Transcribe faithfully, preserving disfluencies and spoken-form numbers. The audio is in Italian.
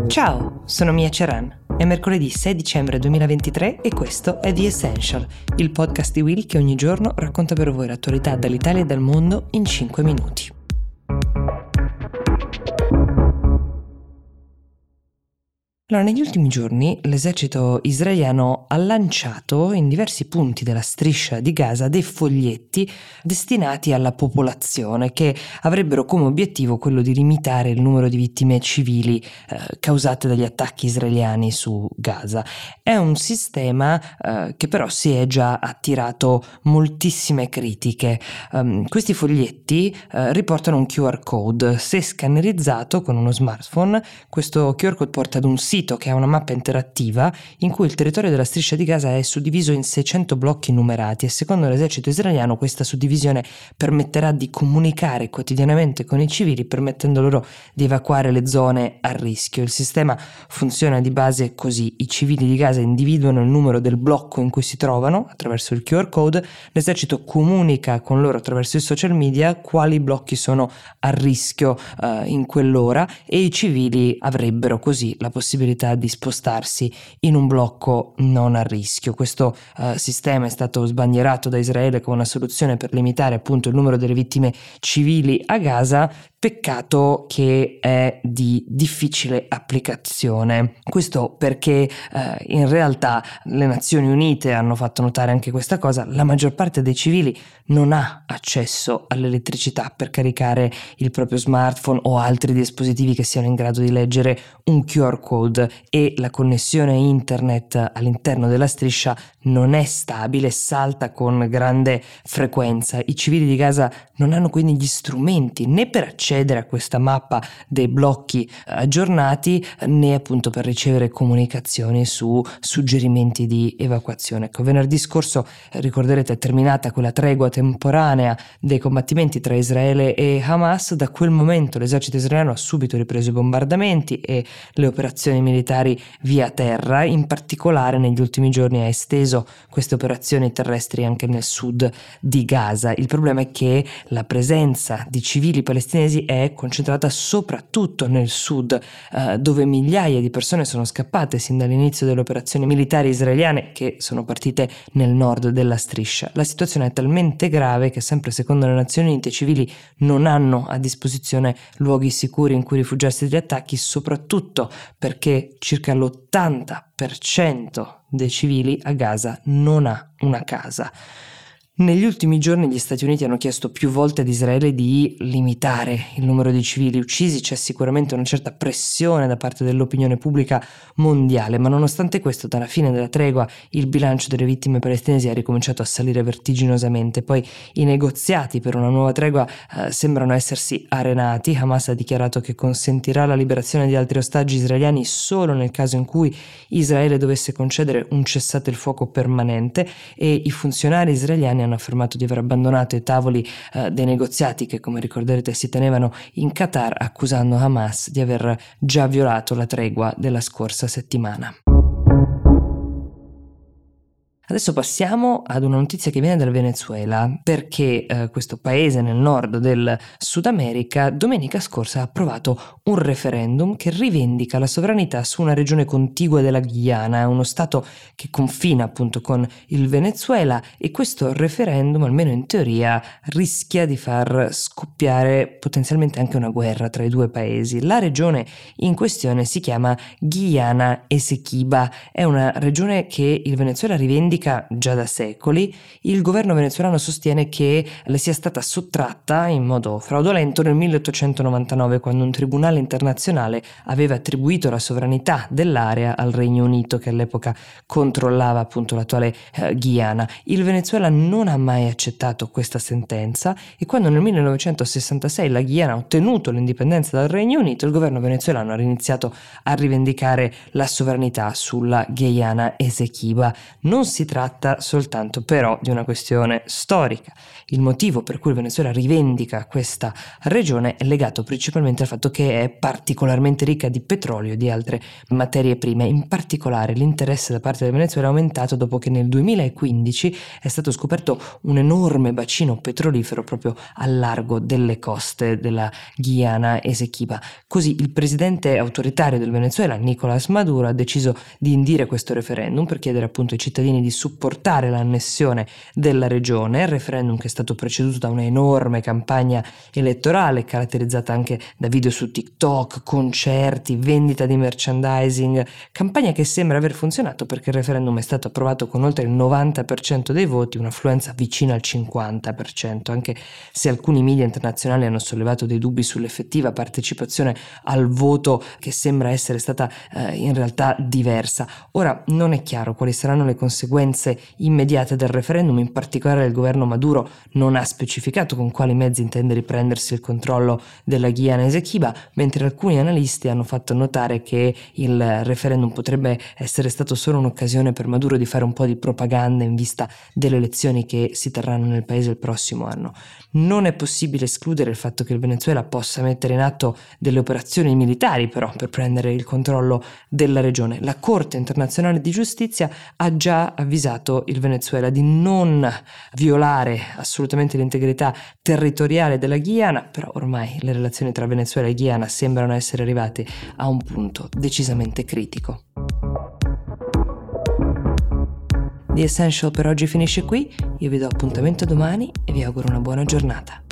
Ciao, sono Mia Ceran. È mercoledì sei dicembre duemilaventitré e questo è The Essential, il podcast di Will che ogni giorno racconta per voi l'attualità dall'Italia e dal mondo in cinque minuti. Allora, negli ultimi giorni l'esercito israeliano ha lanciato in diversi punti della striscia di Gaza dei foglietti destinati alla popolazione che avrebbero come obiettivo quello di limitare il numero di vittime civili eh, causate dagli attacchi israeliani su Gaza. È un sistema eh, che però si è già attirato moltissime critiche. Um, questi foglietti eh, riportano un Q R code. Se scannerizzato con uno smartphone, questo Q R code porta ad un sito che ha una mappa interattiva in cui il territorio della striscia di Gaza è suddiviso in seicento blocchi numerati e secondo l'esercito israeliano questa suddivisione permetterà di comunicare quotidianamente con i civili, permettendo loro di evacuare le zone a rischio. Il sistema funziona di base così: i civili di Gaza individuano il numero del blocco in cui si trovano attraverso il Q R code, l'esercito comunica con loro attraverso i social media quali blocchi sono a rischio uh, in quell'ora e i civili avrebbero così la possibilità di spostarsi in un blocco non a rischio. Questo uh, sistema è stato sbandierato da Israele come una soluzione per limitare appunto il numero delle vittime civili a Gaza. Peccato che è di difficile applicazione. Questo perché eh, in realtà le Nazioni Unite hanno fatto notare anche questa cosa: la maggior parte dei civili non ha accesso all'elettricità per caricare il proprio smartphone o altri dispositivi che siano in grado di leggere un Q R code, e la connessione internet all'interno della striscia non è stabile, salta con grande frequenza. I civili di Gaza non hanno quindi gli strumenti né per accedere a questa mappa dei blocchi aggiornati né appunto per ricevere comunicazioni su suggerimenti di evacuazione. Ecco, venerdì scorso, ricorderete, è terminata quella tregua temporanea dei combattimenti tra Israele e Hamas. Da quel momento l'esercito israeliano ha subito ripreso i bombardamenti e le operazioni militari via terra. In particolare negli ultimi giorni ha esteso queste operazioni terrestri anche nel sud di Gaza. Il problema è che la presenza di civili palestinesi è concentrata soprattutto nel sud, eh, dove migliaia di persone sono scappate sin dall'inizio delle operazioni militari israeliane che sono partite nel nord della striscia. La situazione è talmente grave che, sempre secondo le Nazioni Unite, i civili non hanno a disposizione luoghi sicuri in cui rifugiarsi dagli attacchi, soprattutto perché circa l'ottanta per cento dei civili a Gaza non ha una casa. Negli ultimi giorni gli Stati Uniti hanno chiesto più volte ad Israele di limitare il numero di civili uccisi. C'è sicuramente una certa pressione da parte dell'opinione pubblica mondiale, ma nonostante questo, dalla fine della tregua il bilancio delle vittime palestinesi ha ricominciato a salire vertiginosamente. Poi i negoziati per una nuova tregua eh, sembrano essersi arenati. Hamas ha dichiarato che consentirà la liberazione di altri ostaggi israeliani solo nel caso in cui Israele dovesse concedere un cessate il fuoco permanente, e i funzionari israeliani hanno affermato di aver abbandonato i tavoli eh, dei negoziati che, come ricorderete, si tenevano in Qatar, accusando Hamas di aver già violato la tregua della scorsa settimana. Adesso passiamo ad una notizia che viene dal Venezuela, perché eh, questo paese nel nord del Sud America domenica scorsa ha approvato un referendum che rivendica la sovranità su una regione contigua della Guyana, uno stato che confina appunto con il Venezuela, e questo referendum, almeno in teoria, rischia di far scoppiare potenzialmente anche una guerra tra i due paesi. La regione in questione si chiama Guyana Esequiba, è una regione che il Venezuela rivendica già da secoli. Il governo venezuelano sostiene che le sia stata sottratta in modo fraudolento nel milleottocentonovantanove, quando un tribunale internazionale aveva attribuito la sovranità dell'area al Regno Unito, che all'epoca controllava appunto l'attuale eh, Guyana. Il Venezuela non ha mai accettato questa sentenza, e quando nel millenovecentosessantasei la Guyana ha ottenuto l'indipendenza dal Regno Unito, il governo venezuelano ha iniziato a rivendicare la sovranità sulla Guyana Esequiba. Non si si tratta soltanto però di una questione storica. Il motivo per cui il Venezuela rivendica questa regione è legato principalmente al fatto che è particolarmente ricca di petrolio e di altre materie prime. In particolare l'interesse da parte del Venezuela è aumentato dopo che nel duemilaquindici è stato scoperto un enorme bacino petrolifero proprio al largo delle coste della Guyana Esequiba. Così il presidente autoritario del Venezuela, Nicolás Maduro, ha deciso di indire questo referendum per chiedere appunto ai cittadini di supportare l'annessione della regione. Il referendum che è stato preceduto da un'enorme campagna elettorale caratterizzata anche da video su TikTok, concerti, vendita di merchandising, campagna che sembra aver funzionato perché il referendum è stato approvato con oltre il novanta per cento dei voti, un'affluenza vicina al cinquanta per cento, anche se alcuni media internazionali hanno sollevato dei dubbi sull'effettiva partecipazione al voto, che sembra essere stata eh, in realtà diversa. Ora non è chiaro quali saranno le conseguenze immediate del referendum, in particolare il governo Maduro non ha specificato con quali mezzi intende riprendersi il controllo della Guyana Esequiba, mentre alcuni analisti hanno fatto notare che il referendum potrebbe essere stato solo un'occasione per Maduro di fare un po' di propaganda in vista delle elezioni che si terranno nel paese il prossimo anno. Non è possibile escludere il fatto che il Venezuela possa mettere in atto delle operazioni militari però per prendere il controllo della regione. La Corte internazionale di giustizia ha già avvisato il Venezuela di non violare assolutamente l'integrità territoriale della Guyana, però ormai le relazioni tra Venezuela e Guyana sembrano essere arrivate a un punto decisamente critico. The Essential per oggi finisce qui, io vi do appuntamento domani e vi auguro una buona giornata.